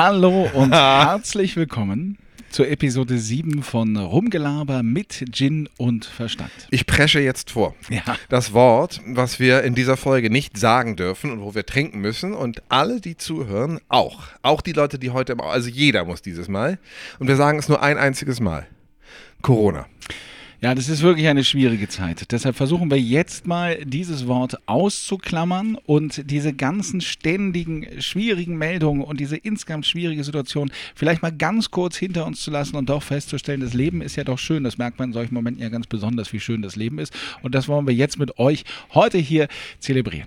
Hallo und herzlich willkommen zur Episode 7 von Rumgelaber mit Gin und Verstand. Ich presche jetzt vor. Ja. Das Wort, was wir in dieser Folge nicht sagen dürfen und wo wir trinken müssen und alle, die zuhören, auch. Auch die Leute, die heute, also jeder muss dieses Mal. Und wir sagen es nur ein einziges Mal. Corona. Ja, das ist wirklich eine schwierige Zeit. Deshalb versuchen wir jetzt mal, dieses Wort auszuklammern und diese ganzen ständigen, schwierigen Meldungen und diese insgesamt schwierige Situation vielleicht mal ganz kurz hinter uns zu lassen und doch festzustellen, das Leben ist ja doch schön. Das merkt man in solchen Momenten ja ganz besonders, wie schön das Leben ist. Und das wollen wir jetzt mit euch heute hier zelebrieren.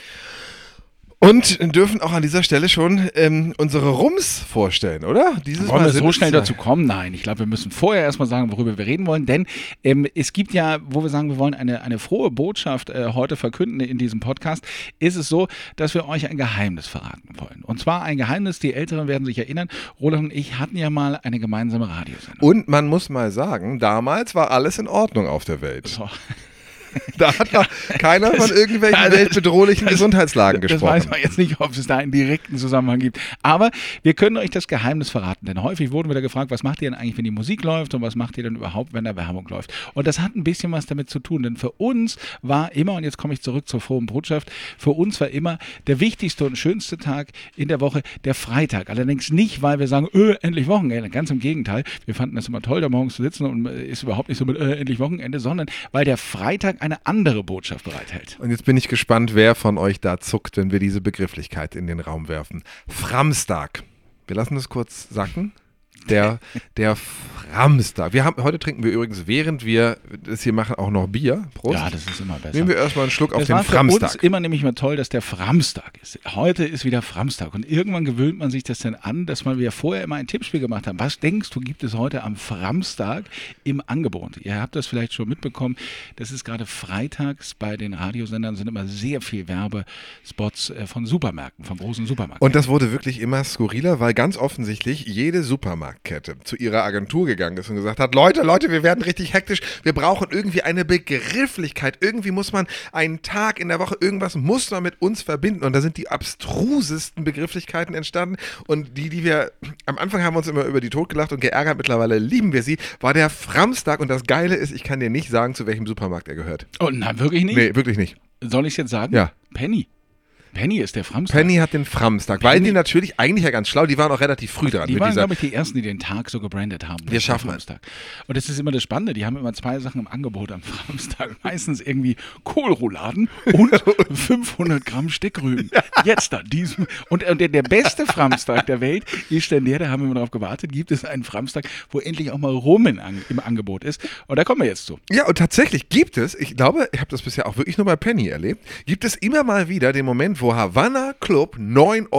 Und dürfen auch an dieser Stelle schon unsere Rums vorstellen, oder? Wollen wir so schnell dazu kommen? Nein, ich glaube, wir müssen vorher erstmal sagen, worüber wir reden wollen, denn es gibt ja, wo wir sagen, wir wollen eine frohe Botschaft heute verkünden in diesem Podcast, ist es so, dass wir euch ein Geheimnis verraten wollen. Und zwar ein Geheimnis, die Älteren werden sich erinnern, Roland und ich hatten ja mal eine gemeinsame Radiosendung. Und man muss mal sagen, damals war alles in Ordnung auf der Welt. So. Da hat noch keiner von irgendwelchen weltbedrohlichen Gesundheitslagen gesprochen. Das weiß man jetzt nicht, ob es da einen direkten Zusammenhang gibt. Aber wir können euch das Geheimnis verraten, denn häufig wurden wir da gefragt, was macht ihr denn eigentlich, wenn die Musik läuft und was macht ihr denn überhaupt, wenn da Werbung läuft? Und das hat ein bisschen was damit zu tun, denn für uns war immer, und jetzt komme ich zurück zur frohen Botschaft, für uns war immer der wichtigste und schönste Tag in der Woche der Freitag. Allerdings nicht, weil wir sagen, endlich Wochenende, ganz im Gegenteil. Wir fanden das immer toll, da morgens zu sitzen und ist überhaupt nicht so mit endlich Wochenende, sondern weil der Freitag eine andere Botschaft bereithält. Und jetzt bin ich gespannt, wer von euch da zuckt, wenn wir diese Begrifflichkeit in den Raum werfen. Framstag. Wir lassen das kurz sacken. Der Framstag. Heute trinken wir übrigens, während wir das hier machen, auch noch Bier. Prost. Ja, das ist immer besser. Nehmen wir erstmal einen Schluck auf den Framstag. Das war für uns immer nämlich mal toll, dass der Framstag ist. Heute ist wieder Framstag und irgendwann gewöhnt man sich das dann an, dass wir vorher immer ein Tippspiel gemacht haben. Was denkst du, gibt es heute am Framstag im Angebot? Ihr habt das vielleicht schon mitbekommen, das ist gerade freitags bei den Radiosendern sind immer sehr viel Werbespots von Supermärkten, von großen Supermärkten. Und das wurde wirklich immer skurriler, weil ganz offensichtlich jede Supermarktkette zu ihrer Agentur gegangen ist und gesagt hat, Leute, wir werden richtig hektisch, wir brauchen irgendwie eine Begrifflichkeit, irgendwie muss man einen Tag in der Woche, irgendwas muss man mit uns verbinden und da sind die abstrusesten Begrifflichkeiten entstanden und die wir, am Anfang haben wir uns immer über die totgelacht und geärgert, mittlerweile lieben wir sie, war der Framstag und das Geile ist, ich kann dir nicht sagen, zu welchem Supermarkt er gehört. Oh nein, wirklich nicht? Nee, wirklich nicht. Soll ich es jetzt sagen? Ja. Penny ist der Framstag. Penny hat den Framstag, weil die natürlich eigentlich ja ganz schlau, die waren auch relativ früh dran. Die waren, glaube ich, die Ersten, die den Tag so gebrandet haben. Wir schaffen es. Und das ist immer das Spannende, die haben immer zwei Sachen im Angebot am Framstag. Meistens irgendwie Kohlrouladen und 500 Gramm Steckrüben. Jetzt an diesem. Und der beste Framstag der Welt ist denn da haben wir immer darauf gewartet, gibt es einen Framstag, wo endlich auch mal Rum im Angebot ist. Und da kommen wir jetzt zu. Ja, und tatsächlich gibt es, ich glaube, ich habe das bisher auch wirklich nur bei Penny erlebt, gibt es immer mal wieder den Moment, wo Havana Club 9,99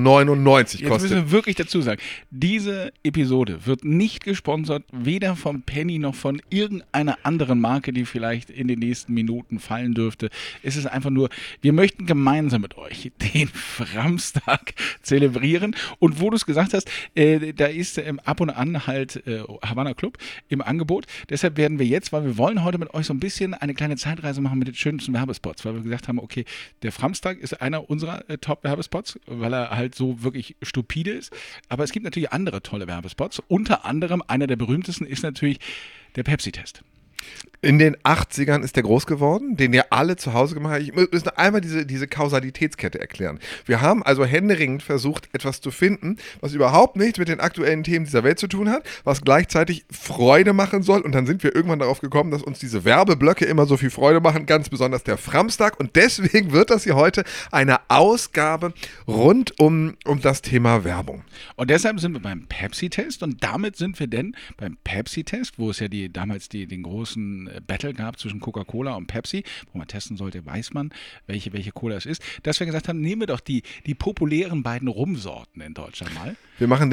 € kostet. Jetzt müssen wir wirklich dazu sagen, diese Episode wird nicht gesponsert, weder von Penny noch von irgendeiner anderen Marke, die vielleicht in den nächsten Minuten fallen dürfte. Es ist einfach nur, wir möchten gemeinsam mit euch den Framstag zelebrieren. Und wo du es gesagt hast, da ist ab und an halt Havana Club im Angebot. Deshalb werden wir jetzt, weil wir wollen heute mit euch so ein bisschen eine kleine Zeitreise machen mit den schönsten Werbespots, weil wir gesagt haben, okay, der Framstag ist einer unserer Top-Werbespots, weil er halt so wirklich stupide ist. Aber es gibt natürlich andere tolle Werbespots. Unter anderem, einer der berühmtesten ist natürlich der Pepsi-Test. In den 80ern ist der groß geworden, den ja alle zu Hause gemacht haben. Ich muss noch einmal diese Kausalitätskette erklären. Wir haben also händeringend versucht, etwas zu finden, was überhaupt nichts mit den aktuellen Themen dieser Welt zu tun hat, was gleichzeitig Freude machen soll. Und dann sind wir irgendwann darauf gekommen, dass uns diese Werbeblöcke immer so viel Freude machen, ganz besonders der Framstag. Und deswegen wird das hier heute eine Ausgabe rund um das Thema Werbung. Und deshalb sind wir beim Pepsi-Test und damit sind wir denn beim Pepsi-Test, wo es ja damals den großen Battle gab zwischen Coca-Cola und Pepsi, wo man testen sollte, weiß man, welche Cola es ist, dass wir gesagt haben, nehmen wir doch die populären beiden Rumsorten in Deutschland mal. Wir machen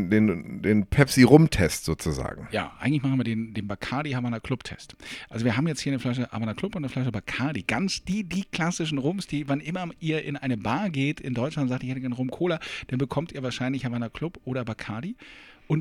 den Pepsi-Rum-Test sozusagen. Ja, eigentlich machen wir den Bacardi Havana Club-Test. Also wir haben jetzt hier eine Flasche Havana Club und eine Flasche Bacardi. Ganz die klassischen Rums, die, wann immer ihr in eine Bar geht in Deutschland und sagt, ich hätte gerne Rum-Cola, dann bekommt ihr wahrscheinlich Havana Club oder Bacardi. Und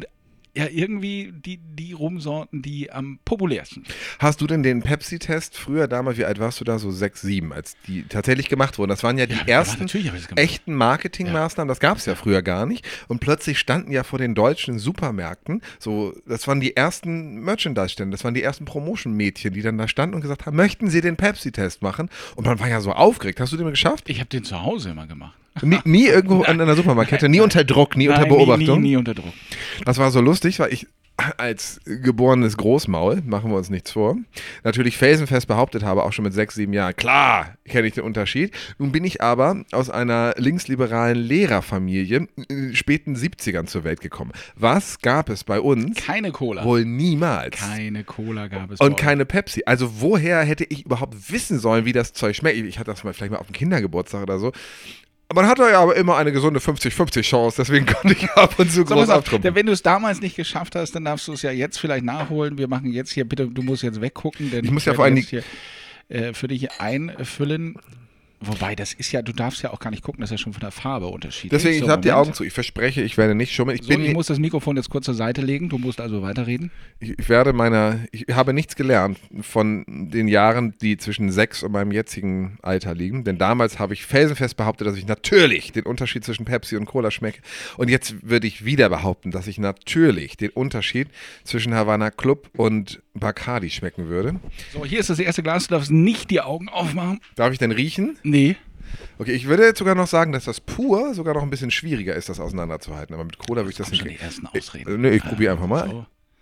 ja irgendwie die Rumsorten, die am populärsten sind. Hast du denn den Pepsi-Test früher damals, wie alt warst du da, so 6, 7, als die tatsächlich gemacht wurden? Das waren ja die ersten natürlich hab ich das gemacht. echten Marketingmaßnahmen, das gab es ja früher gar nicht. Und plötzlich standen ja vor den deutschen Supermärkten, so, das waren die ersten Merchandise-Stände, das waren die ersten Promotion-Mädchen, die dann da standen und gesagt haben, möchten Sie den Pepsi-Test machen? Und man war ja so aufgeregt. Hast du den geschafft? Ich habe den zu Hause immer gemacht. Nie irgendwo an einer Supermarktkette, nie unter Druck, nie unter Beobachtung? Nie unter Druck. Das war so lustig, weil ich als geborenes Großmaul, machen wir uns nichts vor, natürlich felsenfest behauptet habe, auch schon mit 6, 7 Jahren, klar kenne ich den Unterschied. Nun bin ich aber aus einer linksliberalen Lehrerfamilie in späten 70ern zur Welt gekommen. Was gab es bei uns? Keine Cola. Wohl niemals. Keine Cola gab es. Und keine Pepsi. Also woher hätte ich überhaupt wissen sollen, wie das Zeug schmeckt? Ich hatte das vielleicht mal auf dem Kindergeburtstag oder so. Man hat ja aber immer eine gesunde 50-50 Chance, deswegen konnte ich ab und zu groß abtrumpfen. Wenn du es damals nicht geschafft hast, dann darfst du es ja jetzt vielleicht nachholen. Wir machen jetzt hier, bitte, du musst jetzt weggucken, denn ich muss ja vor allem hier für dich einfüllen. Wobei, das ist ja, du darfst ja auch gar nicht gucken, das ist ja schon von der Farbe unterschiedlich. Deswegen, ich habe die Augen zu. Ich verspreche, ich werde nicht schummeln. Ich muss das Mikrofon jetzt kurz zur Seite legen, du musst also weiterreden. Ich habe nichts gelernt von den Jahren, die zwischen 6 und meinem jetzigen Alter liegen. Denn damals habe ich felsenfest behauptet, dass ich natürlich den Unterschied zwischen Pepsi und Cola schmecke. Und jetzt würde ich wieder behaupten, dass ich natürlich den Unterschied zwischen Havana Club und Bacardi schmecken würde. So, hier ist das erste Glas, du darfst nicht die Augen aufmachen. Darf ich denn riechen? Nee. Okay, ich würde jetzt sogar noch sagen, dass das pur sogar noch ein bisschen schwieriger ist, das auseinanderzuhalten. Aber mit Cola würde ich das nicht. hinkriegen. Die ersten Ausreden. Ich probiere einfach mal.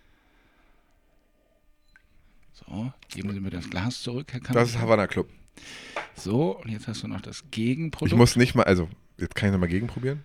So, geben Sie mir das Glas zurück, Herr Kammer. Das ist Havana Club. So, und jetzt hast du noch das Gegenprodukt. Ich muss nicht mal, also, jetzt kann ich nochmal gegenprobieren.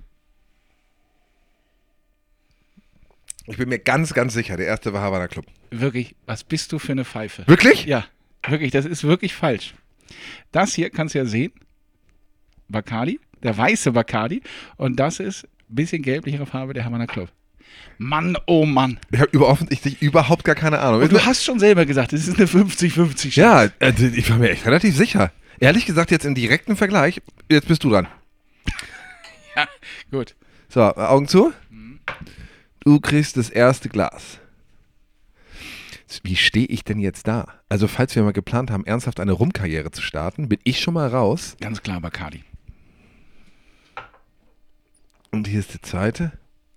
Ich bin mir ganz, ganz sicher, der erste war Havana Club. Wirklich, was bist du für eine Pfeife? Wirklich? Ja, wirklich, das ist wirklich falsch. Das hier kannst du ja sehen, Bacardi, der weiße Bacardi, und das ist ein bisschen gelblichere Farbe, der Havana Club. Mann, oh Mann. Ich habe offensichtlich überhaupt gar keine Ahnung. Und du hast schon selber gesagt, es ist eine 50-50 Chance. Ja, ich war mir echt relativ sicher. Ehrlich gesagt, jetzt im direkten Vergleich, jetzt bist du dran. Ja, gut. So, Augen zu. Du kriegst das erste Glas. Wie stehe ich denn jetzt da? Also, falls wir mal geplant haben, ernsthaft eine Rumkarriere zu starten, bin ich schon mal raus. Ganz klar, Bacardi. Und hier ist der zweite.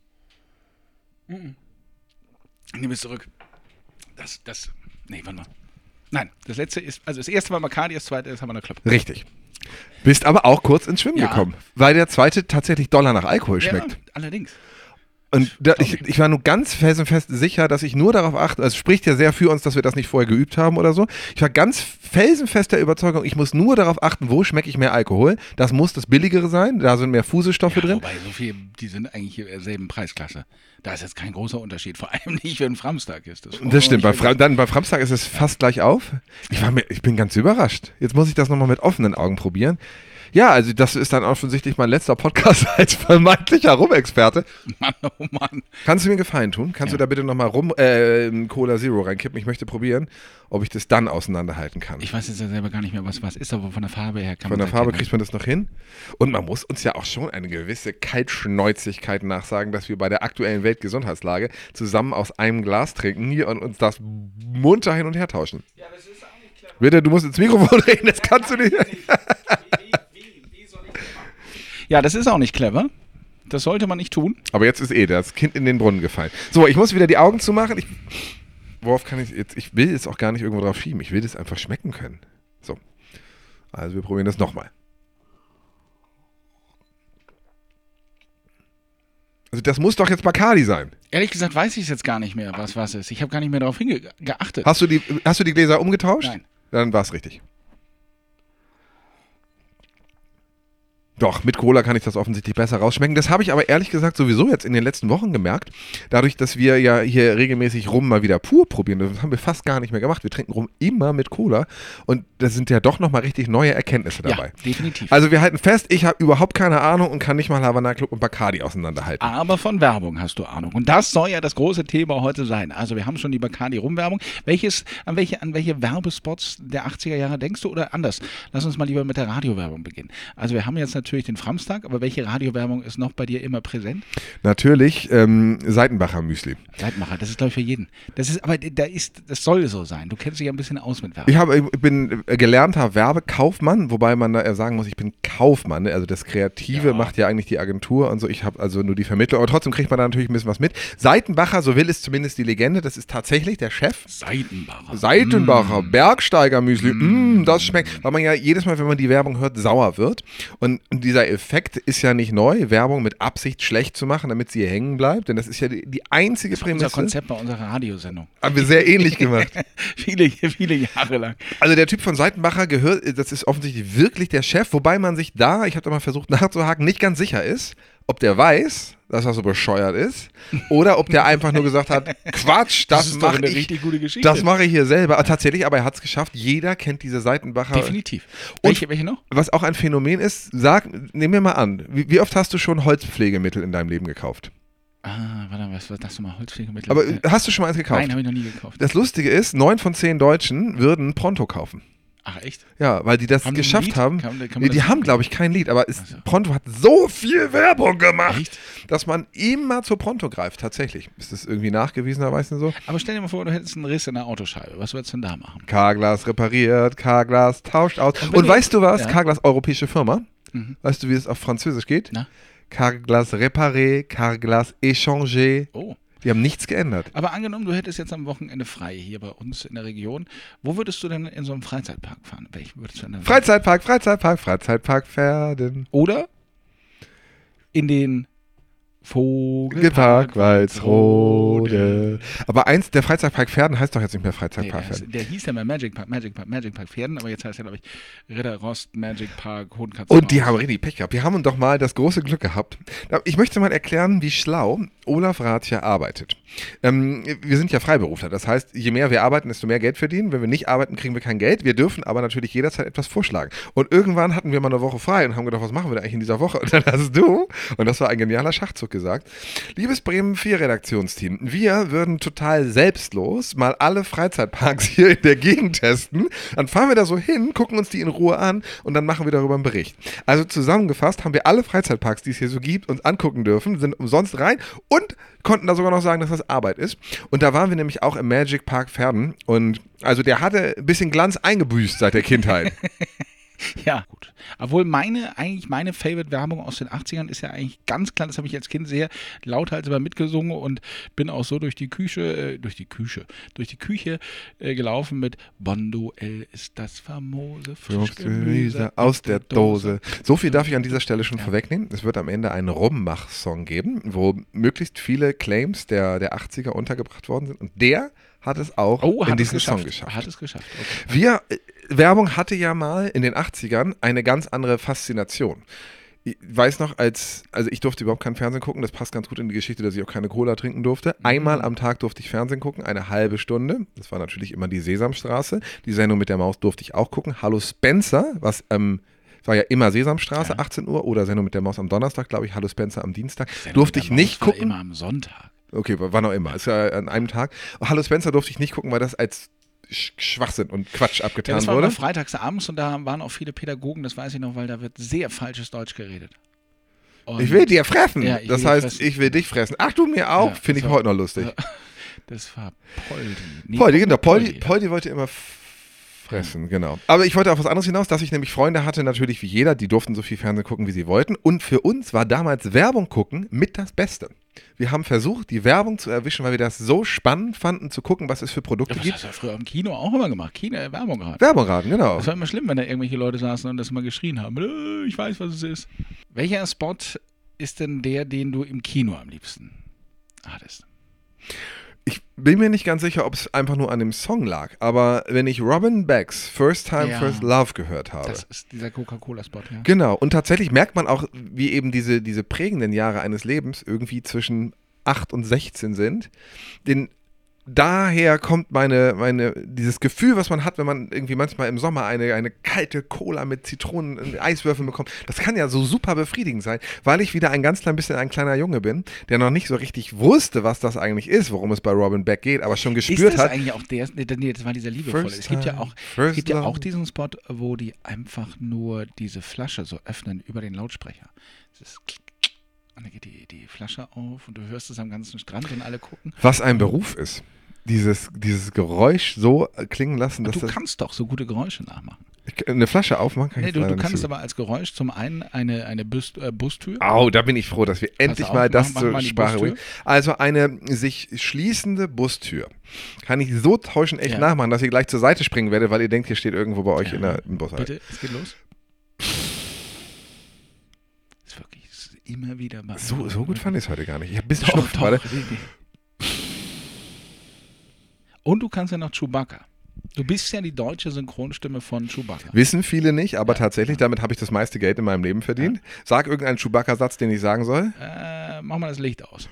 Nimm es zurück. Nee, warte mal. Nein, das letzte ist, also das erste war Bacardi, das zweite ist Havana Club. Richtig. Bist aber auch kurz ins Schwimmen gekommen, weil der zweite tatsächlich doller nach Alkohol schmeckt. Ja, allerdings. Und ich war nur ganz felsenfest sicher, dass ich nur darauf achte, also es spricht ja sehr für uns, dass wir das nicht vorher geübt haben oder so. Ich war ganz felsenfest der Überzeugung, ich muss nur darauf achten, wo schmecke ich mehr Alkohol. Das muss das Billigere sein, da sind mehr Fusestoffe drin. Wobei, so viel, die sind eigentlich in derselben Preisklasse. Da ist jetzt kein großer Unterschied, vor allem nicht, wenn Framstag ist. Das stimmt, bei Framstag ist es fast gleich auf. Ich bin ganz überrascht. Jetzt muss ich das nochmal mit offenen Augen probieren. Ja, also das ist dann offensichtlich mein letzter Podcast als vermeintlicher Rumexperte. Mann, oh Mann. Kannst du mir einen Gefallen tun? Kannst du da bitte nochmal Cola Zero reinkippen? Ich möchte probieren, ob ich das dann auseinanderhalten kann. Ich weiß jetzt ja selber gar nicht mehr, was ist, aber von der Farbe her kann man Von der Farbe kriegt man das noch hin. Und man muss uns ja auch schon eine gewisse Kaltschnäuzigkeit nachsagen, dass wir bei der aktuellen Weltgesundheitslage zusammen aus einem Glas trinken hier und uns das munter hin und her tauschen. Ja, aber es ist auch nicht clever. Bitte, du musst ins Mikrofon reden, das kannst du nicht. Ja, das ist auch nicht clever. Das sollte man nicht tun. Aber jetzt ist das Kind in den Brunnen gefallen. So, ich muss wieder die Augen zumachen. Worauf kann ich jetzt? Ich will jetzt auch gar nicht irgendwo drauf schieben. Ich will das einfach schmecken können. So. Also wir probieren das nochmal. Also das muss doch jetzt Bacardi sein. Ehrlich gesagt weiß ich es jetzt gar nicht mehr, was ist. Ich habe gar nicht mehr darauf geachtet. Hast du die Gläser umgetauscht? Nein. Dann war es richtig. Doch, mit Cola kann ich das offensichtlich besser rausschmecken. Das habe ich aber ehrlich gesagt sowieso jetzt in den letzten Wochen gemerkt. Dadurch, dass wir ja hier regelmäßig Rum mal wieder pur probieren. Das haben wir fast gar nicht mehr gemacht. Wir trinken Rum immer mit Cola. Und da sind ja doch nochmal richtig neue Erkenntnisse dabei. Ja, definitiv. Also wir halten fest, ich habe überhaupt keine Ahnung und kann nicht mal Havana Club und Bacardi auseinanderhalten. Aber von Werbung hast du Ahnung. Und das soll ja das große Thema heute sein. Also wir haben schon die Bacardi-Rum-Werbung. An welche Werbespots der 80er Jahre denkst du oder anders? Lass uns mal lieber mit der Radiowerbung beginnen. Also wir haben jetzt natürlich natürlich den Framstag, aber welche Radiowerbung ist noch bei dir immer präsent? Natürlich Seitenbacher Müsli. Seitenbacher, das ist glaube ich für jeden. Das soll so sein. Du kennst dich ja ein bisschen aus mit Werbung. Ich bin gelernter Werbekaufmann, wobei man da sagen muss, ich bin Kaufmann. Also das Kreative macht ja eigentlich die Agentur und so. Ich habe also nur die Vermittlung, aber trotzdem kriegt man da natürlich ein bisschen was mit. Seitenbacher, so will es zumindest die Legende, das ist tatsächlich der Chef. Seitenbacher, Bergsteiger-Müsli, das schmeckt. Weil man ja jedes Mal, wenn man die Werbung hört, sauer wird. Und dieser Effekt ist ja nicht neu, Werbung mit Absicht schlecht zu machen, damit sie hängen bleibt. Denn das ist ja die einzige Prämisse. Unser Konzept bei unserer Radiosendung. Haben wir sehr ähnlich gemacht. viele Jahre lang. Also der Typ von Seitenbacher gehört, das ist offensichtlich wirklich der Chef, wobei man sich da, ich habe da mal versucht nachzuhaken, nicht ganz sicher ist, ob der weiß, dass er so bescheuert ist, oder ob der einfach nur gesagt hat, Quatsch, das mache ich. Richtig gute Geschichte. Das mache ich hier selber. Tatsächlich, aber er hat es geschafft. Jeder kennt diese Seitenbacher. Definitiv. Und welche noch? Was auch ein Phänomen ist, nehmen wir mal an, wie oft hast du schon Holzpflegemittel in deinem Leben gekauft? Warte, was war das nochmal? Holzpflegemittel? Aber hast du schon mal eins gekauft? Nein, habe ich noch nie gekauft. Das Lustige ist, 9 von 10 Deutschen würden Pronto kaufen. Ach, echt? Ja, weil die das geschafft haben. Die haben, glaube ich, kein Lied, aber Pronto hat so viel Werbung gemacht, echt? Dass man immer zu Pronto greift, tatsächlich. Ist das irgendwie nachgewiesenerweise so? Aber stell dir mal vor, du hättest einen Riss in der Autoscheibe. Was würdest du denn da machen? Carglass repariert, Carglass tauscht aus. Und weißt du was? Ja. Carglass, europäische Firma. Mhm. Weißt du, wie es auf Französisch geht? Na? Carglass réparé, Carglass échangé. Oh. Die haben nichts geändert. Aber angenommen, du hättest jetzt am Wochenende frei hier bei uns in der Region. Wo würdest du denn in so einem Freizeitpark fahren? Welchen würdest du denn Freizeitpark Pferden. Oder in den Vogelpark Walsrode. Aber der Freizeitpark Pferden heißt doch jetzt nicht mehr Freizeitpark Pferden. Der hieß ja mal Magic Park Pferden, aber jetzt heißt er, glaube ich, Ritter Rost, Magic Park, Hohenkatz. Und die haben richtig Pech gehabt. Wir haben doch mal das große Glück gehabt. Ich möchte mal erklären, wie schlau Olaf Rathje arbeitet. Wir sind ja Freiberufler. Das heißt, je mehr wir arbeiten, desto mehr Geld verdienen. Wenn wir nicht arbeiten, kriegen wir kein Geld. Wir dürfen aber natürlich jederzeit etwas vorschlagen. Und irgendwann hatten wir mal eine Woche frei und haben gedacht, was machen wir denn eigentlich in dieser Woche? Und dann hast du, und das war ein genialer Schachzug, gesagt, liebes Bremen 4 Redaktionsteam, wir würden total selbstlos mal alle Freizeitparks hier in der Gegend testen. Dann fahren wir da so hin, gucken uns die in Ruhe an und dann machen wir darüber einen Bericht. Also zusammengefasst haben wir alle Freizeitparks, die es hier so gibt, uns angucken dürfen, sind umsonst rein und konnten da sogar noch sagen, dass das Arbeit ist. Und da waren wir nämlich auch im Magic Park Pferden und also der hatte ein bisschen Glanz eingebüßt seit der Kindheit. Ja, gut. Obwohl meine Favorite-Werbung aus den 80ern ist ja eigentlich ganz klar, das habe ich als Kind sehr lauthals immer mitgesungen und bin auch so durch die Küche gelaufen mit Bonduell ist das famose Frischgemüse aus der Dose. So viel darf ich an dieser Stelle schon vorwegnehmen. Es wird am Ende einen Rummach-Song geben, wo möglichst viele Claims der 80er untergebracht worden sind und der hat es auch in diesem Song geschafft. Hat es geschafft. Okay. Werbung hatte ja mal in den 80ern eine ganz andere Faszination. Ich weiß noch, also ich durfte überhaupt kein Fernsehen gucken, das passt ganz gut in die Geschichte, dass ich auch keine Cola trinken durfte. Einmal am Tag durfte ich Fernsehen gucken, eine halbe Stunde. Das war natürlich immer die Sesamstraße. Die Sendung mit der Maus durfte ich auch gucken. Hallo Spencer, war ja immer Sesamstraße, 18 Uhr, oder Sendung mit der Maus am Donnerstag, glaube ich, Hallo Spencer am Dienstag. Durfte ich nicht gucken. Immer am Sonntag. Okay, wann auch immer. Ist ja an einem Tag. Hallo Spencer durfte ich nicht gucken, weil das als Schwachsinn und Quatsch abgetan das war wurde. freitags abends und da waren auch viele Pädagogen, das weiß ich noch, weil da wird sehr falsches Deutsch geredet. Und ich will dir fressen. Ja, das heißt, fressen. Ich will dich fressen. Ach, du mir auch? Ja, finde ich heute noch lustig. Das war Poldi. Nee, Poldi wollte immer fressen, genau. Aber ich wollte auf was anderes hinaus, dass ich nämlich Freunde hatte, natürlich wie jeder, die durften so viel Fernsehen gucken, wie sie wollten. Und für uns war damals Werbung gucken mit das Beste. Wir haben versucht, die Werbung zu erwischen, weil wir das so spannend fanden, zu gucken, was es für Produkte gibt. Das hast du ja früher im Kino auch immer gemacht. Werbung raten. Werbung raten, genau. Das war immer schlimm, wenn da irgendwelche Leute saßen und das mal geschrien haben. Ich weiß, was es ist. Welcher Spot ist denn der, den du im Kino am liebsten hattest? Ich bin mir nicht ganz sicher, ob es einfach nur an dem Song lag, aber wenn ich Robin Becks First Time, First Love gehört habe. Das ist dieser Coca-Cola-Spot, ja. Genau, und tatsächlich merkt man auch, wie eben diese prägenden Jahre eines Lebens irgendwie zwischen 8 und 16 sind. Den daher kommt dieses Gefühl, was man hat, wenn man irgendwie manchmal im Sommer eine kalte Cola mit Zitronen und Eiswürfeln bekommt. Das kann ja so super befriedigend sein, weil ich wieder ein ganz klein bisschen ein kleiner Junge bin, der noch nicht so richtig wusste, was das eigentlich ist, worum es bei Robin Beck geht, aber schon gespürt hat. Ist das eigentlich auch nee, das war dieser liebevolle. Es gibt ja auch diesen Spot, wo die einfach nur diese Flasche so öffnen über den Lautsprecher. Das ist und dann geht die Flasche auf und du hörst es am ganzen Strand und alle gucken. Was ein Beruf ist. Dieses Geräusch so klingen lassen, dass du kannst doch so gute Geräusche nachmachen. Eine Flasche aufmachen kann ich nicht. Du kannst aber als Geräusch zum einen eine Bustür. Da bin ich froh, dass wir endlich mal das zur Sprache bringen. Also eine sich schließende Bustür. Kann ich so täuschend echt nachmachen, dass ihr gleich zur Seite springen werdet, weil ihr denkt, hier steht irgendwo bei euch im Bus. Bitte, es geht los. Ist wirklich immer wieder mal. So gut fand ich es heute gar nicht. Ich habe ein bisschen Schnupfen gerade. Und du kannst ja noch Chewbacca. Du bist ja die deutsche Synchronstimme von Chewbacca. Wissen viele nicht, aber tatsächlich, damit habe ich das meiste Geld in meinem Leben verdient. Sag irgendeinen Chewbacca-Satz, den ich sagen soll. Mach mal das Licht aus.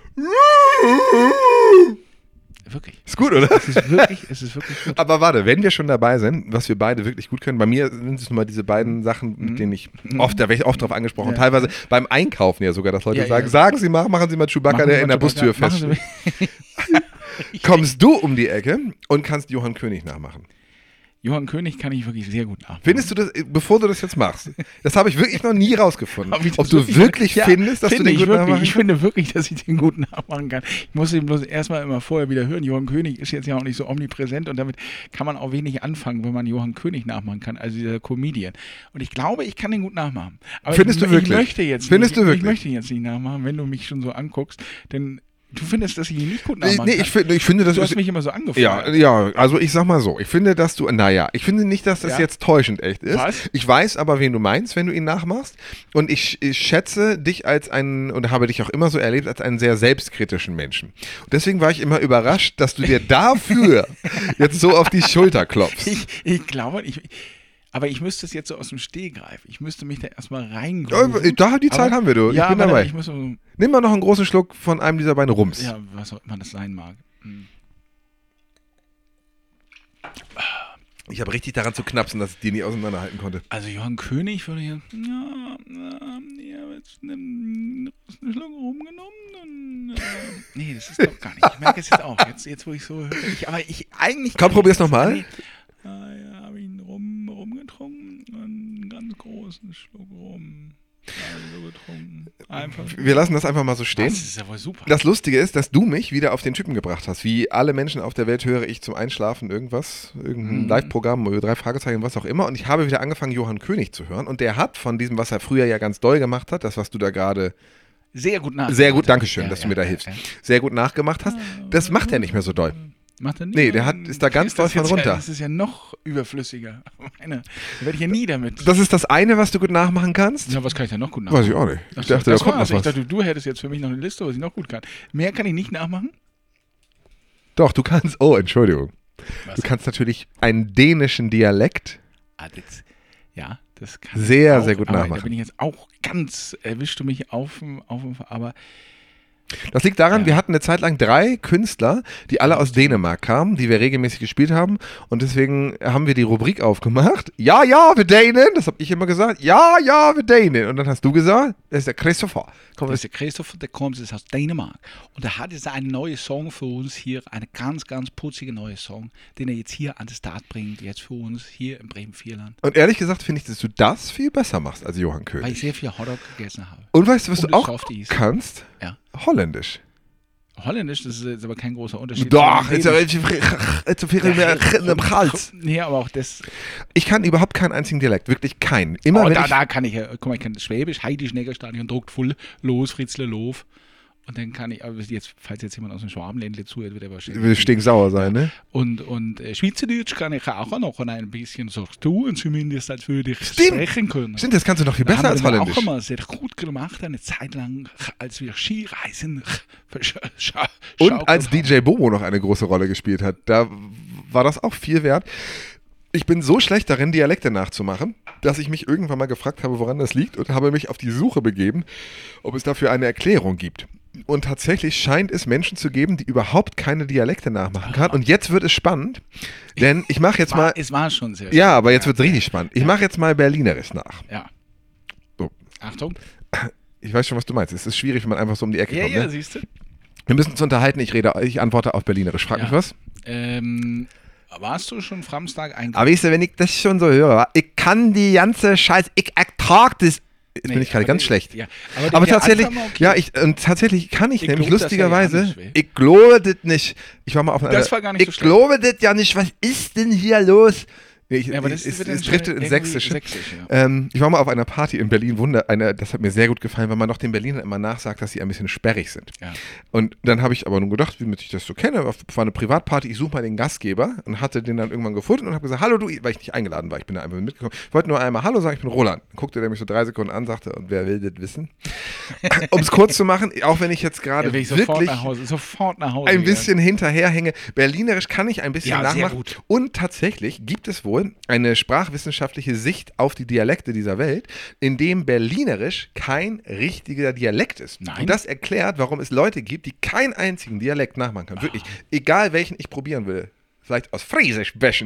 Wirklich. Ist gut, oder? Es ist wirklich gut. Aber warte, wenn wir schon dabei sind, was wir beide wirklich gut können, bei mir sind es nun mal diese beiden Sachen, mit denen da werde ich oft drauf angesprochen, teilweise beim Einkaufen ja sogar, dass Leute sagen, machen Sie mal Chewbacca, der in der Bustür fest. Kommst du um die Ecke und kannst Johann König nachmachen. Johann König kann ich wirklich sehr gut nachmachen. Findest du das, bevor du das jetzt machst? Das habe ich wirklich noch nie rausgefunden. Ob du wirklich findest, dass du den gut nachmachen kannst? Ich finde wirklich, dass ich den gut nachmachen kann. Ich muss ihn bloß erstmal immer vorher wieder hören. Johann König ist jetzt ja auch nicht so omnipräsent und damit kann man auch wenig anfangen, wenn man Johann König nachmachen kann, also dieser Comedian. Und ich glaube, ich kann den gut nachmachen. Aber Findest du wirklich? Ich möchte ihn jetzt nicht nachmachen, wenn du mich schon so anguckst, denn du findest, dass ich ihn nicht gut nachmachen kann? Nee, ich finde, das du hast mich immer so angefangen. Ja, also ich sag mal so, ich finde, ich finde nicht, dass das jetzt täuschend echt ist. Was? Ich weiß aber, wen du meinst, wenn du ihn nachmachst. Und ich schätze dich und habe dich auch immer so erlebt, als einen sehr selbstkritischen Menschen. Und deswegen war ich immer überrascht, dass du dir dafür jetzt so auf die Schulter klopfst. Ich glaube, aber ich müsste es jetzt so aus dem Stegreif. Ich müsste mich da erstmal reingrooven. Die Zeit haben wir, du. Ich bin dabei. Nimm mal noch einen großen Schluck von einem dieser beiden Rums. Ja, was auch immer das sein mag. Ich habe richtig daran zu knapsen, dass ich die nie auseinanderhalten konnte. Also Johann König würde hier jetzt einen Schluck rumgenommen. Nee, das ist doch gar nicht. Ich merke es jetzt auch. Jetzt wo ich so höre. Komm, probier's nochmal. Ja, habe ich ihn rumgetrunken und einen ganz großen Schluck rum. Also getrunken. Wir lassen das einfach mal so stehen. Das ist ja wohl super. Das Lustige ist, dass du mich wieder auf den Typen gebracht hast. Wie alle Menschen auf der Welt höre ich zum Einschlafen irgendein Live-Programm oder 3 Fragezeichen, was auch immer. Und ich habe wieder angefangen, Johann König zu hören. Und der hat von diesem, was er früher ja ganz doll gemacht hat, das, was du da gerade sehr gut nachgemacht. Sehr gut, dankeschön, dass du mir da hilfst. Sehr gut nachgemacht hast. Das macht er nicht mehr so doll. Macht er nicht? Nee, ist da ganz doll von runter. Das ist ja noch überflüssiger. Da werde ich ja nie damit. Das ist das eine, was du gut nachmachen kannst? Ja, was kann ich denn noch gut nachmachen? Weiß ich auch nicht. Ich dachte, da kommt noch was. Ich dachte, du hättest jetzt für mich noch eine Liste, was ich noch gut kann. Mehr kann ich nicht nachmachen? Doch, du kannst, Entschuldigung. Was? Du kannst natürlich einen dänischen Dialekt. Das kann sehr, ich auch, sehr gut nachmachen. Da bin ich jetzt auch erwischst du mich aber das liegt daran, wir hatten eine Zeit lang 3 Künstler, die alle aus Dänemark kamen, die wir regelmäßig gespielt haben und deswegen haben wir die Rubrik aufgemacht. Ja, wir Dänen, das habe ich immer gesagt. Ja, wir Dänen. Und dann hast du gesagt, das ist der Christopher. Das ist der Christopher, der kommt aus Dänemark. Und er hat jetzt einen neuen Song für uns hier, eine ganz, ganz putzige neue Song, den er jetzt hier an den Start bringt, jetzt für uns hier im Bremen-Vierland. Und ehrlich gesagt finde ich, dass du das viel besser machst als Johann König. Weil ich sehr viel Hotdog gegessen habe. Und weißt du, was du auch kannst? Ja. Holländisch. Holländisch, das ist jetzt aber kein großer Unterschied. Doch, jetzt so viel mehr im Hals. Nee, aber auch das. Ich kann überhaupt keinen einzigen Dialekt, wirklich keinen. Da kann ich, guck mal, ich kann das Schwäbisch, Heidi Schneggerstadion, druckt voll los, Fritzle Loof. Und dann kann ich, aber jetzt, falls jetzt jemand aus dem Schwabenländle zuhört, wird er wahrscheinlich stinksauer sein, ne? Und Schweizerdeutsch kann ich auch noch ein bisschen so tun, zumindest als würde ich sprechen können. Stimmt, das kannst du noch viel besser als Holländisch. Auch immer sehr gut gemacht, eine Zeit lang, als wir Skireisen und als DJ Bobo noch eine große Rolle gespielt hat, da war das auch viel wert. Ich bin so schlecht darin, Dialekte nachzumachen, dass ich mich irgendwann mal gefragt habe, woran das liegt und habe mich auf die Suche begeben, ob es dafür eine Erklärung gibt. Und tatsächlich scheint es Menschen zu geben, die überhaupt keine Dialekte nachmachen kann. Und jetzt wird es spannend, denn ich mache jetzt mal... Es war schon sehr Ja, aber jetzt wird es richtig spannend. Ich mache jetzt mal Berlinerisch nach. Ja. So. Achtung. Ich weiß schon, was du meinst. Es ist schwierig, wenn man einfach so um die Ecke kommt. Ja, Ne? siehst du. Wir müssen uns unterhalten. Ich antworte auf Berlinerisch. Frag mich was. Warst du schon Samstag eigentlich? Aber weißt du, wenn ich das schon so höre, ich kann die ganze Scheiße, ich ertrag das. Jetzt bin ich gerade ganz schlecht. Ja, aber tatsächlich, okay. tatsächlich kann ich nämlich glaub, das lustigerweise, ja nicht, ich glaube das nicht. Ich war mal auf einer, Das war gar nicht so ich schlecht. glaube das ja nicht, was ist denn hier los? Aber das es wird driftet ins Sächsische. Ja. Ich war mal auf einer Party in Berlin, das hat mir sehr gut gefallen, weil man doch den Berlinern immer nachsagt, dass sie ein bisschen sperrig sind. Ja. Und dann habe ich aber nun gedacht, wie ich das so kenne, war eine Privatparty, ich suche mal den Gastgeber und hatte den dann irgendwann gefunden und habe gesagt, hallo du, weil ich nicht eingeladen war, ich bin da einfach mitgekommen, ich wollte nur einmal Hallo sagen, ich bin Roland. Dann guckte der mich so 3 Sekunden an, sagte, und wer will das wissen? Um es kurz zu machen, auch wenn ich jetzt gerade wirklich sofort nach Hause ein bisschen hinterherhänge, Berlinerisch kann ich ein bisschen sehr nachmachen. gut. Und tatsächlich gibt es wohl eine sprachwissenschaftliche Sicht auf die Dialekte dieser Welt, in dem Berlinerisch kein richtiger Dialekt ist. Nein. Und das erklärt, warum es Leute gibt, die keinen einzigen Dialekt nachmachen können. Wirklich. Egal welchen ich probieren will. Vielleicht aus Friesisch wäschen.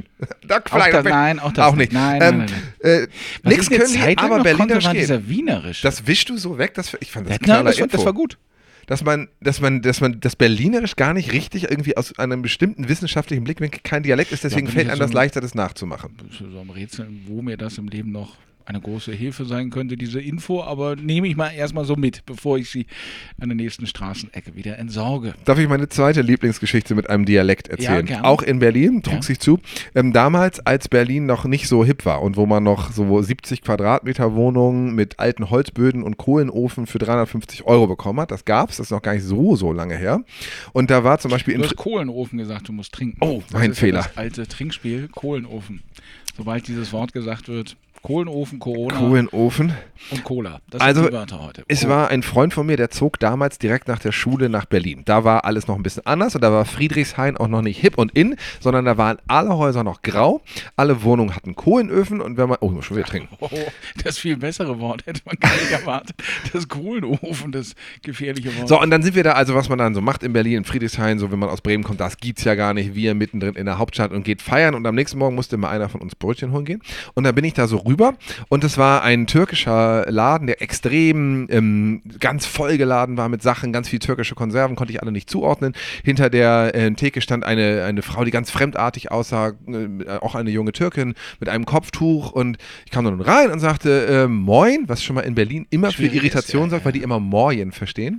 Nein, auch nicht. Nein. Nichts können die, aber Berlinerisch war geht. dieser Wienerisch. Das wischst du so weg, ich fand das ja, knaller das Info. war gut. Dass man das Berlinerisch gar nicht richtig irgendwie aus einem bestimmten wissenschaftlichen Blickwinkel kein Dialekt ist, deswegen fällt einem das leichter, das nachzumachen. So am Rätseln, wo mir das im Leben noch eine große Hilfe sein könnte, diese Info, aber nehme ich mal erstmal so mit, bevor ich sie an der nächsten Straßenecke wieder entsorge. Darf ich meine zweite Lieblingsgeschichte mit einem Dialekt erzählen? Ja, gerne. Auch in Berlin, trug sich zu. Damals, als Berlin noch nicht so hip war und wo man noch so 70 Quadratmeter Wohnungen mit alten Holzböden und Kohlenofen für 350 € bekommen hat, das ist noch gar nicht so lange her. Und da war zum Beispiel... Du hast Kohlenofen gesagt, du musst trinken. Oh, mein Fehler. Das alte Trinkspiel, Kohlenofen. Sobald dieses Wort gesagt wird, Kohlenofen, Corona Kohlenofen und Cola. Das also, sind die Wörter heute. Es war ein Freund von mir, der zog damals direkt nach der Schule nach Berlin. Da war alles noch ein bisschen anders und da war Friedrichshain auch noch nicht hip und in, sondern da waren alle Häuser noch grau, alle Wohnungen hatten Kohlenöfen und wenn man... Oh, ich muss schon wieder trinken. Oh, das viel bessere Wort hätte man gar nicht erwartet. Das Kohlenofen, das gefährliche Wort. So, und dann sind wir da, also was man dann so macht in Berlin, in Friedrichshain, so wenn man aus Bremen kommt, das gibt's ja gar nicht, wir mittendrin in der Hauptstadt und geht feiern und am nächsten Morgen musste mal einer von uns Brötchen holen gehen und dann bin ich da so rüber und es war ein türkischer Laden, der extrem ganz vollgeladen war mit Sachen, ganz viel türkische Konserven, konnte ich alle nicht zuordnen. Hinter der Theke stand eine Frau, die ganz fremdartig aussah, auch eine junge Türkin mit einem Kopftuch und ich kam dann rein und sagte Moin, was schon mal in Berlin immer für Irritation sorgt, weil die immer Moin verstehen.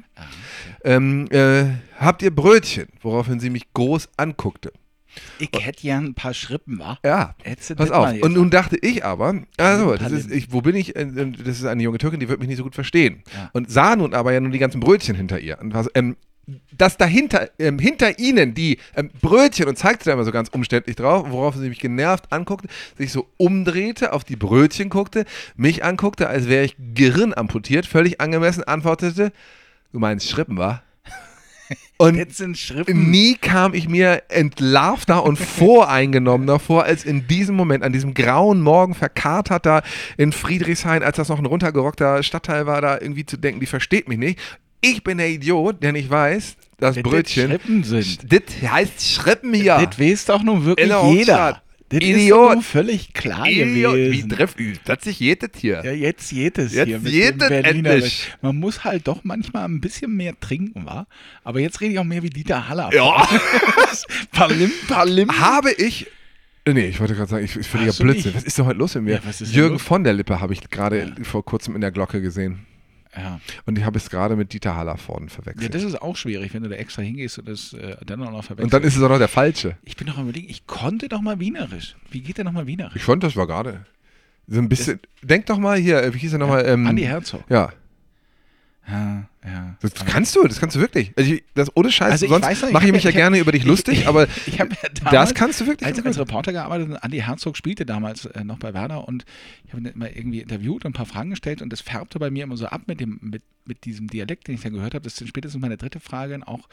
Habt ihr Brötchen? Woraufhin sie mich groß anguckte. Ich hätte ja ein paar Schrippen, wa? Ja, pass auf. Und nun dachte ich aber, wo bin ich? Das ist eine junge Türkin, die wird mich nicht so gut verstehen. Ja. Und sah nun aber ja nun die ganzen Brötchen hinter ihr. Und was, dass dahinter, hinter ihnen die Brötchen, und zeigte da immer so ganz umständlich drauf, worauf sie mich genervt anguckte, sich so umdrehte, auf die Brötchen guckte, mich anguckte, als wäre ich gehirnamputiert, völlig angemessen, antwortete, du meinst Schrippen, wa? Und nie kam ich mir entlarvter und voreingenommener vor, als in diesem Moment, an diesem grauen Morgen verkatert da in Friedrichshain, als das noch ein runtergerockter Stadtteil war, da irgendwie zu denken, die versteht mich nicht. Ich bin der Idiot, der nicht weiß, dass Brötchen Schrippen sind. Das heißt Schrippen hier. Das weiß doch nun wirklich jeder. Das Idiot. Ist nun völlig klar Idiot. gewesen. Wie trifft das sich jedes hier? Ja, jetzt jedes jetzt hier mit jedes dem Berliner. endlich. Man muss halt doch manchmal ein bisschen mehr trinken, wa? Aber jetzt rede ich auch mehr wie Dieter Haller. Ja. Palim. Habe ich... Nee, ich wollte gerade sagen, ich finde ja Blödsinn. Was ist denn heute los mit mir? Ja, was ist Jürgen von der Lippe habe ich gerade vor kurzem in der Glocke gesehen. Ja. Und ich habe es gerade mit Dieter Hallervorden verwechselt. Ja, das ist auch schwierig, wenn du da extra hingehst und das dann auch noch verwechselst. Und dann ist es auch noch der Falsche. Ich bin doch am Überlegen, ich konnte doch mal Wienerisch. Wie geht der nochmal Wienerisch? Ich fand, das war gerade so ein bisschen... Denk doch mal hier, wie hieß er nochmal? Andi Herzog. Ja. Ja. Das kannst du wirklich. Also das ohne Scheiß, also sonst mache ich mich ja gerne über dich lustig, aber ich habe ja damals, das kannst du wirklich. Als Reporter gearbeitet und Andi Herzog spielte damals noch bei Werder und ich habe ihn immer irgendwie interviewt und ein paar Fragen gestellt und das färbte bei mir immer so ab mit diesem Dialekt, den ich dann gehört habe. Das ist dann spätestens meine dritte Frage auch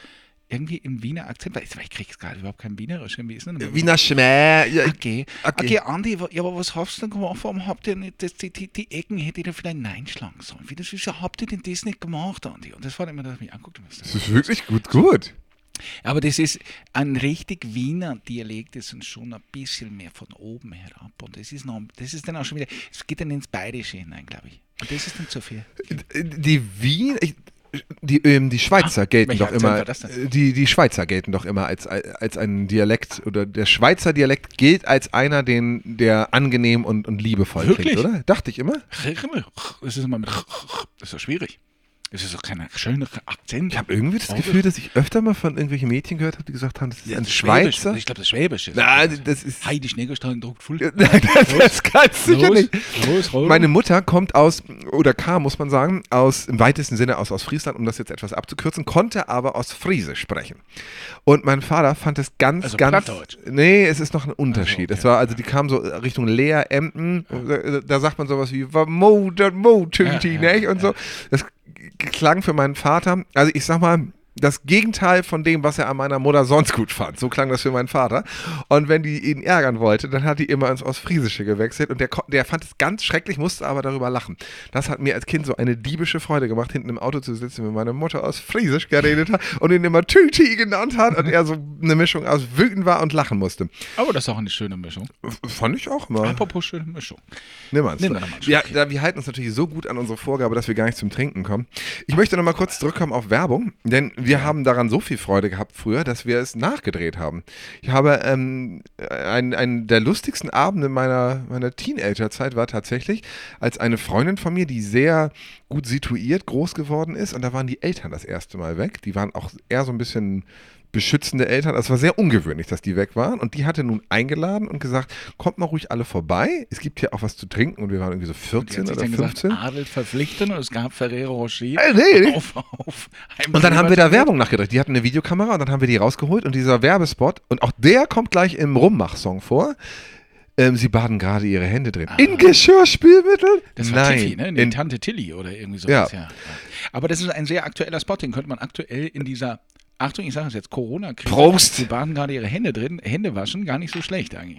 irgendwie im Wiener Akzent, weil ich kriege gerade überhaupt kein Wienerisch. Wie ist denn das? Wiener Schmäh. Ja, Okay, Andi, ja, aber was hast du denn gemacht? Warum habt ihr nicht die Ecken, hätte ich da vielleicht Nein schlagen sollen? Wieso habt ihr denn das nicht gemacht, Andi? Und das war immer, dass ich mich anguckt habe. Das ist wirklich gut. Aber das ist ein richtig Wiener Dialekt, ist uns schon ein bisschen mehr von oben herab. Und das ist dann auch schon wieder, es geht dann ins Bayerische hinein, glaube ich. Und das ist dann zu viel. Die Schweizer gelten welcher doch Akzent immer. war das denn? Die Schweizer gelten doch immer als ein Dialekt, oder der Schweizer Dialekt gilt als einer, der angenehm und liebevoll Wirklich? klingt, oder? Dachte ich immer. Das ist immer mit, das ist doch schwierig. Das ist doch kein schöner Akzent. Ich habe irgendwie das Gefühl, dass ich öfter mal von irgendwelchen Mädchen gehört habe, die gesagt haben, das ist ein das Schweizer. Ich glaube, das Schwäbische. Nein, das ist. Heidi Schneegerstein druckt voll. Nein, das kannst du sicher nicht. Los. Meine Mutter kam, muss man sagen, im weitesten Sinne aus Friesland, um das jetzt etwas abzukürzen, konnte aber Ostfriesisch sprechen. Und mein Vater fand es ganz. Plattdeutsch. Nee, es ist noch ein Unterschied. Also, okay. Die kam so Richtung Leer, Emden, da sagt man sowas wie Mo-Tüti, nicht? Und so. Das klang für meinen Vater, also ich sag mal, das Gegenteil von dem, was er an meiner Mutter sonst gut fand. So klang das für meinen Vater. Und wenn die ihn ärgern wollte, dann hat die immer ins Ostfriesische gewechselt. Und der fand es ganz schrecklich, musste aber darüber lachen. Das hat mir als Kind so eine diebische Freude gemacht, hinten im Auto zu sitzen, wenn meine Mutter Ostfriesisch geredet hat und ihn immer Tüti genannt hat und er so eine Mischung aus wütend war und lachen musste. Aber das ist auch eine schöne Mischung. Fand ich auch immer. Apropos schöne Mischung. Nimm mal. Ja, wir halten uns natürlich so gut an unsere Vorgabe, dass wir gar nicht zum Trinken kommen. Ich möchte noch mal kurz zurückkommen auf Werbung, denn wir haben daran so viel Freude gehabt früher, dass wir es nachgedreht haben. Ich habe einen der lustigsten Abende meiner Teenagerzeit war tatsächlich, als eine Freundin von mir, die sehr gut situiert groß geworden ist, und da waren die Eltern das erste Mal weg. Die waren auch eher so ein bisschen beschützende Eltern. Es war sehr ungewöhnlich, dass die weg waren. Und die hatte nun eingeladen und gesagt, kommt mal ruhig alle vorbei. Es gibt hier auch was zu trinken. Und wir waren irgendwie so 14 oder 15. Gesagt, Adel verpflichten, und es gab Ferrero Rocher. Nee. Auf und dann haben wir da Werbung nachgedreht. Die hatten eine Videokamera und dann haben wir die rausgeholt. Und dieser Werbespot, und auch der kommt gleich im Rummach-Song vor. Sie baden gerade ihre Hände drin. In Geschirrspülmittel? Das war Nein. Tiffy, ne? In Tante Tilly oder irgendwie sowas. Ja. Aber das ist ein sehr aktueller Spot, den könnte man aktuell in dieser, Achtung, ich sage es jetzt, Corona-Krise. Prost! Sie baden gerade ihre Hände drin, Hände waschen, gar nicht so schlecht eigentlich.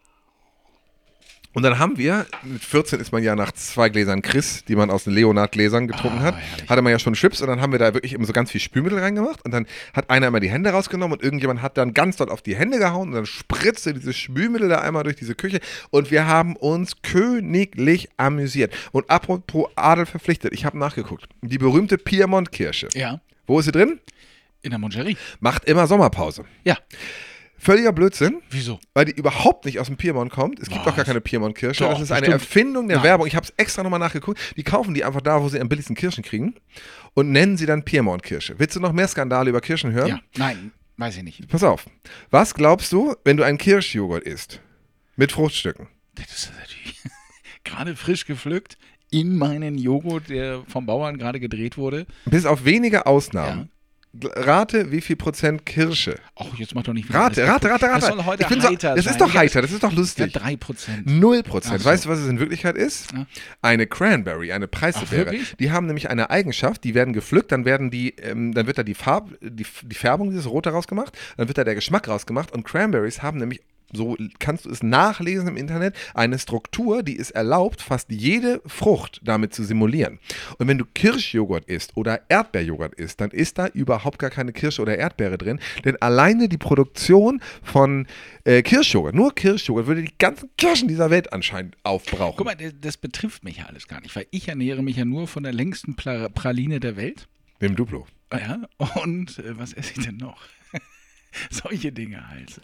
Und dann haben wir, mit 14 ist man ja nach 2 Gläsern Chris, die man aus den Leonard-Gläsern getrunken hat, herrlich. hatte man ja schon Chips, und dann haben wir da wirklich immer so ganz viel Spülmittel reingemacht, und dann hat einer immer die Hände rausgenommen und irgendjemand hat dann ganz doll auf die Hände gehauen und dann spritzte dieses Spülmittel da einmal durch diese Küche, und wir haben uns königlich amüsiert. Und apropos Adel verpflichtet, ich habe nachgeguckt, die berühmte Piemont-Kirsche. Ja. Wo ist sie drin? In der Moncherie. Macht immer Sommerpause. Ja. Völliger Blödsinn. Wieso? Weil die überhaupt nicht aus dem Piemont kommt. Es gibt doch gar keine Piemont-Kirsche. Doch, Das ist eine bestimmt. Erfindung der Nein. Werbung. Ich habe es extra nochmal nachgeguckt. Die kaufen die einfach da, wo sie am billigsten Kirschen kriegen, und nennen sie dann Piemont-Kirsche. Willst du noch mehr Skandale über Kirschen hören? Ja. Nein, weiß ich nicht. Pass auf. Was glaubst du, wenn du einen Kirschjoghurt isst? Mit Fruchtstücken. Das ist natürlich gerade frisch gepflückt in meinen Joghurt, der vom Bauern gerade gedreht wurde. Bis auf wenige Ausnahmen. Rate, wie viel Prozent Kirsche? Ach, jetzt mach doch nicht wieder Rate. Das soll heute heiter das sein. ist doch heiter, das ist doch Ja, lustig. 3%. 0%. Ach so. Weißt du, was es in Wirklichkeit ist? Ja. Eine Cranberry, eine Preiselbeere. wirklich? Die haben nämlich eine Eigenschaft, die werden gepflückt, dann wird da die Färbung, dieses Rote rausgemacht, dann wird da der Geschmack rausgemacht, und Cranberries haben nämlich, so kannst du es nachlesen im Internet, eine Struktur, die es erlaubt, fast jede Frucht damit zu simulieren. Und wenn du Kirschjoghurt isst oder Erdbeerjoghurt isst, dann ist da überhaupt gar keine Kirsche oder Erdbeere drin, denn alleine die Produktion von Kirschjoghurt, nur Kirschjoghurt, würde die ganzen Kirschen dieser Welt anscheinend aufbrauchen. Guck mal, das betrifft mich ja alles gar nicht, weil ich ernähre mich ja nur von der längsten Praline der Welt. Dem Duplo. Ja, und was esse ich denn noch? Solche Dinge halt.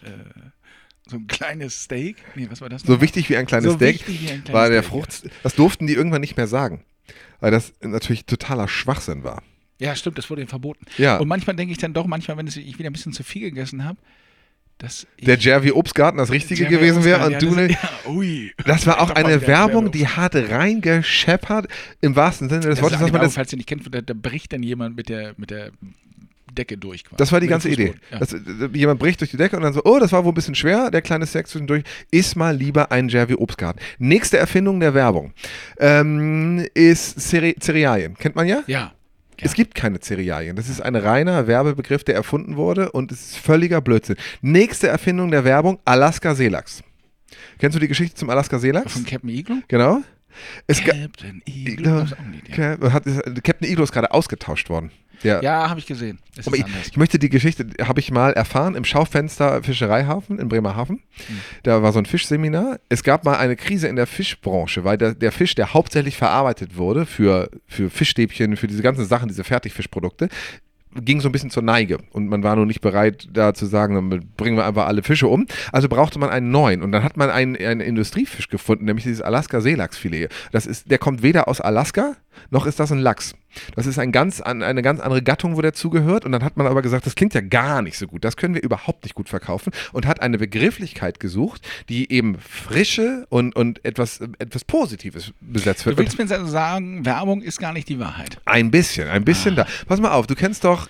So ein kleines Steak. Nee, was war das noch? So wichtig wie ein kleines Steak wichtig wie ein kleines war der Steak, Frucht. Das durften die irgendwann nicht mehr sagen, weil das natürlich totaler Schwachsinn war. Ja, stimmt, das wurde ihnen verboten. Ja. Und manchmal denke ich dann doch, wenn ich wieder ein bisschen zu viel gegessen habe, dass Der Jervy Obstgarten das Richtige Jervy gewesen wäre, Obstgarten, und du nicht. ui. Das war auch Doch mal eine wieder Werbung, Jervy die hat reingescheppert, im wahrsten Sinne des Das Wortes. ist eine Dass man Werbung, das, falls ihr nicht kennt, da bricht dann jemand mit der Decke durch. Quasi. das war die Mit ganze dem Idee. Fußboden. Ja. Jemand bricht durch die Decke und dann so, oh, das war wohl ein bisschen schwer, der kleine Sex zwischendurch. Iss mal lieber einen Jervy Obstgarten. Nächste Erfindung der Werbung ist Cerealien. Kennt man ja? Ja. Es gibt keine Cerealien. Das ist ein reiner Werbebegriff, der erfunden wurde und es ist völliger Blödsinn. Nächste Erfindung der Werbung, Alaska-Seelachs. Kennst du die Geschichte zum Alaska-Seelachs? Von Captain Igloo? Genau. Captain Igloo. Captain Igloo ist gerade ausgetauscht worden. Ja, habe ich gesehen. Aber ich möchte die Geschichte, habe ich mal erfahren im Schaufenster Fischereihafen in Bremerhaven. Da war so ein Fischseminar. Es gab mal eine Krise in der Fischbranche, weil der Fisch, der hauptsächlich verarbeitet wurde für Fischstäbchen, für diese ganzen Sachen, diese Fertigfischprodukte, ging so ein bisschen zur Neige und man war noch nicht bereit, da zu sagen, dann bringen wir einfach alle Fische um. Also brauchte man einen neuen und dann hat man einen Industriefisch gefunden, nämlich dieses Alaska-Seelachsfilet. Der kommt weder aus Alaska, noch ist das ein Lachs. Das ist eine ganz andere Gattung, wo der zugehört und dann hat man aber gesagt, das klingt ja gar nicht so gut, das können wir überhaupt nicht gut verkaufen und hat eine Begrifflichkeit gesucht, die eben Frische und etwas Positives besetzt wird. Du willst mir also sagen, Werbung ist gar nicht die Wahrheit? Ein bisschen da. Pass mal auf, du kennst doch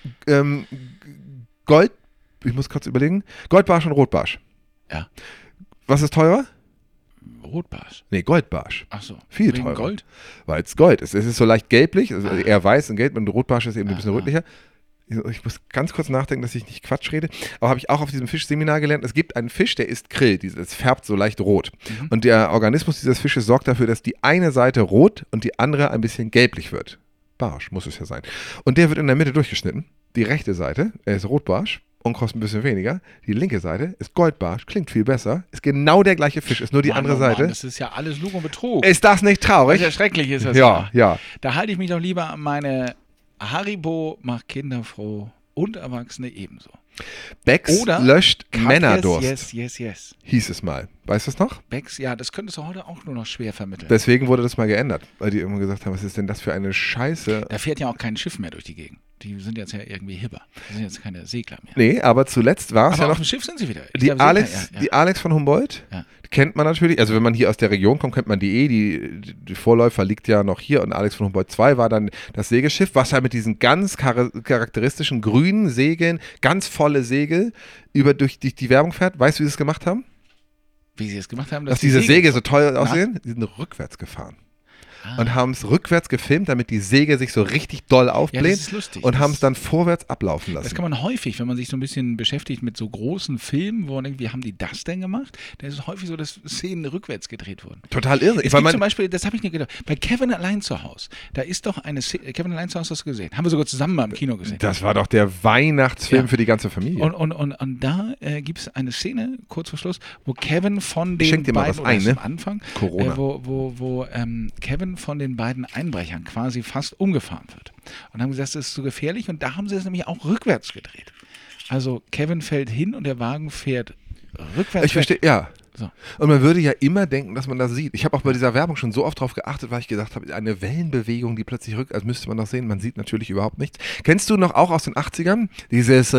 ich muss kurz überlegen, Goldbarsch und Rotbarsch. Ja. Was ist teurer? Rotbarsch. Nee, Goldbarsch. Ach so. Viel wegen teurer. Gold? Weil es Gold ist. Es ist so leicht gelblich, also eher weiß und gelb und Rotbarsch ist eben ein bisschen rötlicher. Ich muss ganz kurz nachdenken, dass ich nicht Quatsch rede. Aber habe ich auch auf diesem Fischseminar gelernt, es gibt einen Fisch, der ist Krill. Es färbt so leicht rot. Und der Organismus dieses Fisches sorgt dafür, dass die eine Seite rot und die andere ein bisschen gelblich wird. Barsch muss es ja sein. Und der wird in der Mitte durchgeschnitten. Die rechte Seite, er ist Rotbarsch und kostet ein bisschen weniger. Die linke Seite ist Goldbarsch, klingt viel besser, ist genau der gleiche Fisch, ist nur die andere Seite. Das ist ja alles Lug und Betrug. Ist das nicht traurig? Ja, schrecklich ist das. Ja. Da halte ich mich doch lieber an meine Haribo macht Kinder froh und Erwachsene ebenso. Becks löscht Männerdurst. Yes. Hieß es mal. Weißt du es noch? Becks, ja, das könntest du heute auch nur noch schwer vermitteln. Deswegen wurde das mal geändert, weil die immer gesagt haben, was ist denn das für eine Scheiße? Da fährt ja auch kein Schiff mehr durch die Gegend. Die sind jetzt ja irgendwie hipper. Die sind jetzt keine Segler mehr. Nee, aber zuletzt war es ja noch... auf dem Schiff sind sie wieder. Die Alex von Humboldt, die kennt man natürlich. Also wenn man hier aus der Region kommt, kennt man die Vorläufer liegt ja noch hier. Und Alex von Humboldt 2 war dann das Segelschiff, was ja mit diesen ganz charakteristischen grünen Segeln, ganz volle Segel, durch die Werbung fährt. Weißt du, wie sie es gemacht haben? Wie sie es gemacht haben? Dass diese Segel so toll aussehen? Die sind rückwärts gefahren. Und haben es rückwärts gefilmt, damit die Segel sich so richtig doll aufblähen. Ja, das ist lustig. Und haben es dann vorwärts ablaufen lassen. Das kann man häufig, wenn man sich so ein bisschen beschäftigt mit so großen Filmen, wo man denkt, wie haben die das denn gemacht? Da ist es häufig so, dass Szenen rückwärts gedreht wurden. Total irre. Es gibt zum Beispiel, das habe ich nicht gedacht, bei Kevin allein zu Hause, da ist doch eine Szene, Kevin allein zu Hause, hast du gesehen? Haben wir sogar zusammen mal im Kino gesehen. Das war doch der Weihnachtsfilm für die ganze Familie. Und da gibt es eine Szene, kurz vor Schluss, wo Kevin von den Schenk dir mal was ein, ne? am Anfang, Corona. wo Kevin von den beiden Einbrechern quasi fast umgefahren wird. Und haben gesagt, das ist zu gefährlich und da haben sie es nämlich auch rückwärts gedreht. Also Kevin fällt hin und der Wagen fährt rückwärts. Ich verstehe, ja. So. Und man würde ja immer denken, dass man das sieht. Ich habe auch bei dieser Werbung schon so oft drauf geachtet, weil ich gesagt habe, eine Wellenbewegung, die plötzlich also müsste man das sehen, man sieht natürlich überhaupt nichts. Kennst du noch auch aus den 80ern? Dieses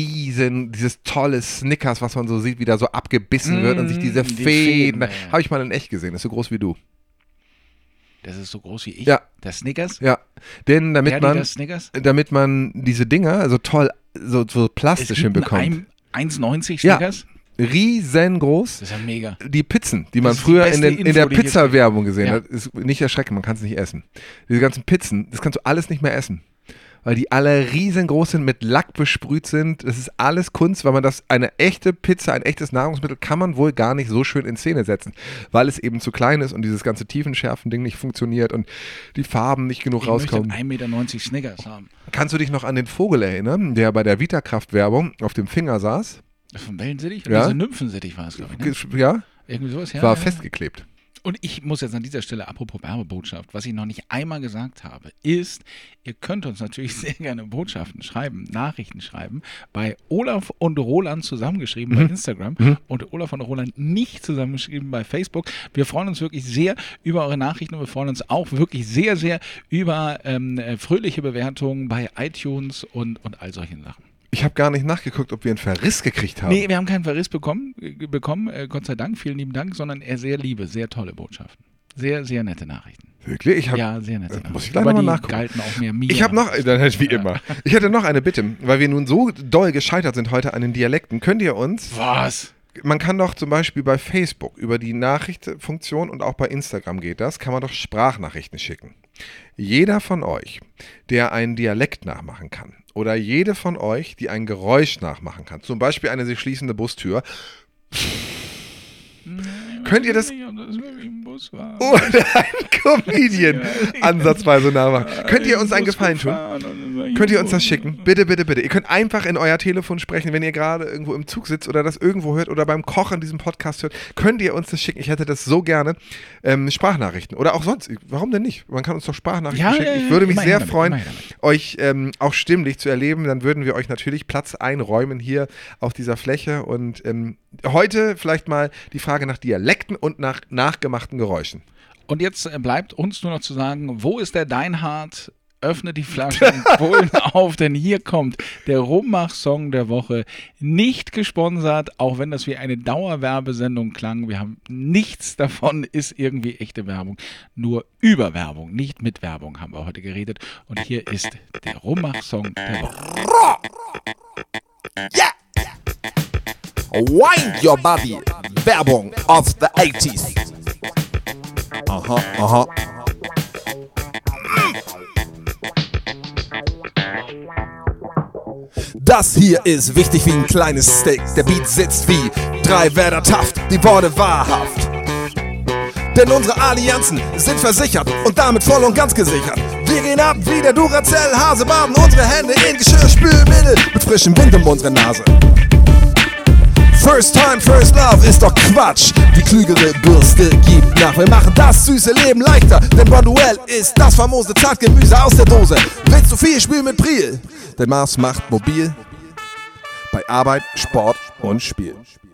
tolle Snickers, was man so sieht, wie da so abgebissen wird und sich diese Fäden. Habe ich mal in echt gesehen, das ist so groß wie du. Das ist so groß wie ich? Ja. Das Snickers? Ja, denn damit man diese Dinger so toll, so plastisch hinbekommt. 1,90 Snickers? Ja, riesengroß. Das ist ja mega. Die Pizzen, die man früher in der Pizza-Werbung gesehen hat, ist nicht erschreckend, man kann es nicht essen. Diese ganzen Pizzen, das kannst du alles nicht mehr essen. Weil die alle riesengroß sind, mit Lack besprüht sind. Das ist alles Kunst, weil man eine echte Pizza, ein echtes Nahrungsmittel kann man wohl gar nicht so schön in Szene setzen, weil es eben zu klein ist und dieses ganze Tiefenschärfen-Ding nicht funktioniert und die Farben nicht genug rauskommen. Ich möchte 1,90 Meter Snickers haben. Kannst du dich noch an den Vogel erinnern, der bei der Vitakraft-Werbung auf dem Finger saß? Vom Wellensittich? Ja. Also Nymphensittich war es, glaube ich. Ne? Ja. Irgendwie sowas, ja. War festgeklebt. Und ich muss jetzt an dieser Stelle, apropos Werbebotschaft, was ich noch nicht einmal gesagt habe, ist, ihr könnt uns natürlich sehr gerne Botschaften schreiben, Nachrichten schreiben, bei Olaf und Roland zusammengeschrieben bei Instagram und Olaf und Roland nicht zusammengeschrieben bei Facebook. Wir freuen uns wirklich sehr über eure Nachrichten und wir freuen uns auch wirklich sehr, sehr über fröhliche Bewertungen bei iTunes und all solchen Sachen. Ich habe gar nicht nachgeguckt, ob wir einen Verriss gekriegt haben. Nee, wir haben keinen Verriss bekommen, Gott sei Dank, vielen lieben Dank, sondern sehr liebe, sehr tolle Botschaften. Sehr, sehr nette Nachrichten. Wirklich? Ja, sehr nette Nachrichten. Muss ich leider mal nachgucken. Galten auch mehr mir. Ich habe noch, wie immer. Ich hatte noch eine Bitte, weil wir nun so doll gescheitert sind heute an den Dialekten. Könnt ihr uns... Was? Man kann doch zum Beispiel bei Facebook über die Nachrichtenfunktion und auch bei Instagram geht das, kann man doch Sprachnachrichten schicken. Jeder von euch, der einen Dialekt nachmachen kann, oder jede von euch, die ein Geräusch nachmachen kann, zum Beispiel eine sich schließende Bustür, könnt ihr das oder ein Comedian ansatzweise nachmachen. Könnt ihr uns einen Gefallen tun? Könnt ihr uns das schicken? Bitte, bitte, bitte. Ihr könnt einfach in euer Telefon sprechen, wenn ihr gerade irgendwo im Zug sitzt oder das irgendwo hört oder beim Kochen diesen Podcast hört. Könnt ihr uns das schicken? Ich hätte das so gerne. Sprachnachrichten oder auch sonst. Warum denn nicht? Man kann uns doch Sprachnachrichten schicken. Ich würde mich sehr freuen, euch auch stimmlich zu erleben. Dann würden wir euch natürlich Platz einräumen hier auf dieser Fläche. Und heute vielleicht mal die Frage nach Dialekten und nach nachgemachten Geräuschen. Und jetzt bleibt uns nur noch zu sagen, wo ist der Deinhard? Öffne die Flasche und holen auf, denn hier kommt der Rummach-Song der Woche. Nicht gesponsert, auch wenn das wie eine Dauerwerbesendung klang. Wir haben nichts davon, ist irgendwie echte Werbung. Nur über Werbung, nicht mit Werbung haben wir heute geredet. Und hier ist der Rummach-Song der Woche. Yeah! Wind your body. Werbung of the 80s. Aha, aha. Das hier ist wichtig wie ein kleines Steak. Der Beat sitzt wie 3 Werder Taft, die Worte wahrhaft. Denn unsere Allianzen sind versichert und damit voll und ganz gesichert. Wir gehen ab wie der Duracell, Hasebaden, unsere Hände in Geschirrspülmittel mit frischem Wind um unsere Nase. First time, first love ist doch Quatsch. Die klügere Bürste gibt nach. Wir machen das süße Leben leichter, denn Bonduelle ist das famose Zartgemüse aus der Dose. Willst du viel, spiel mit Priel, denn Mars macht mobil bei Arbeit, Sport und Spiel.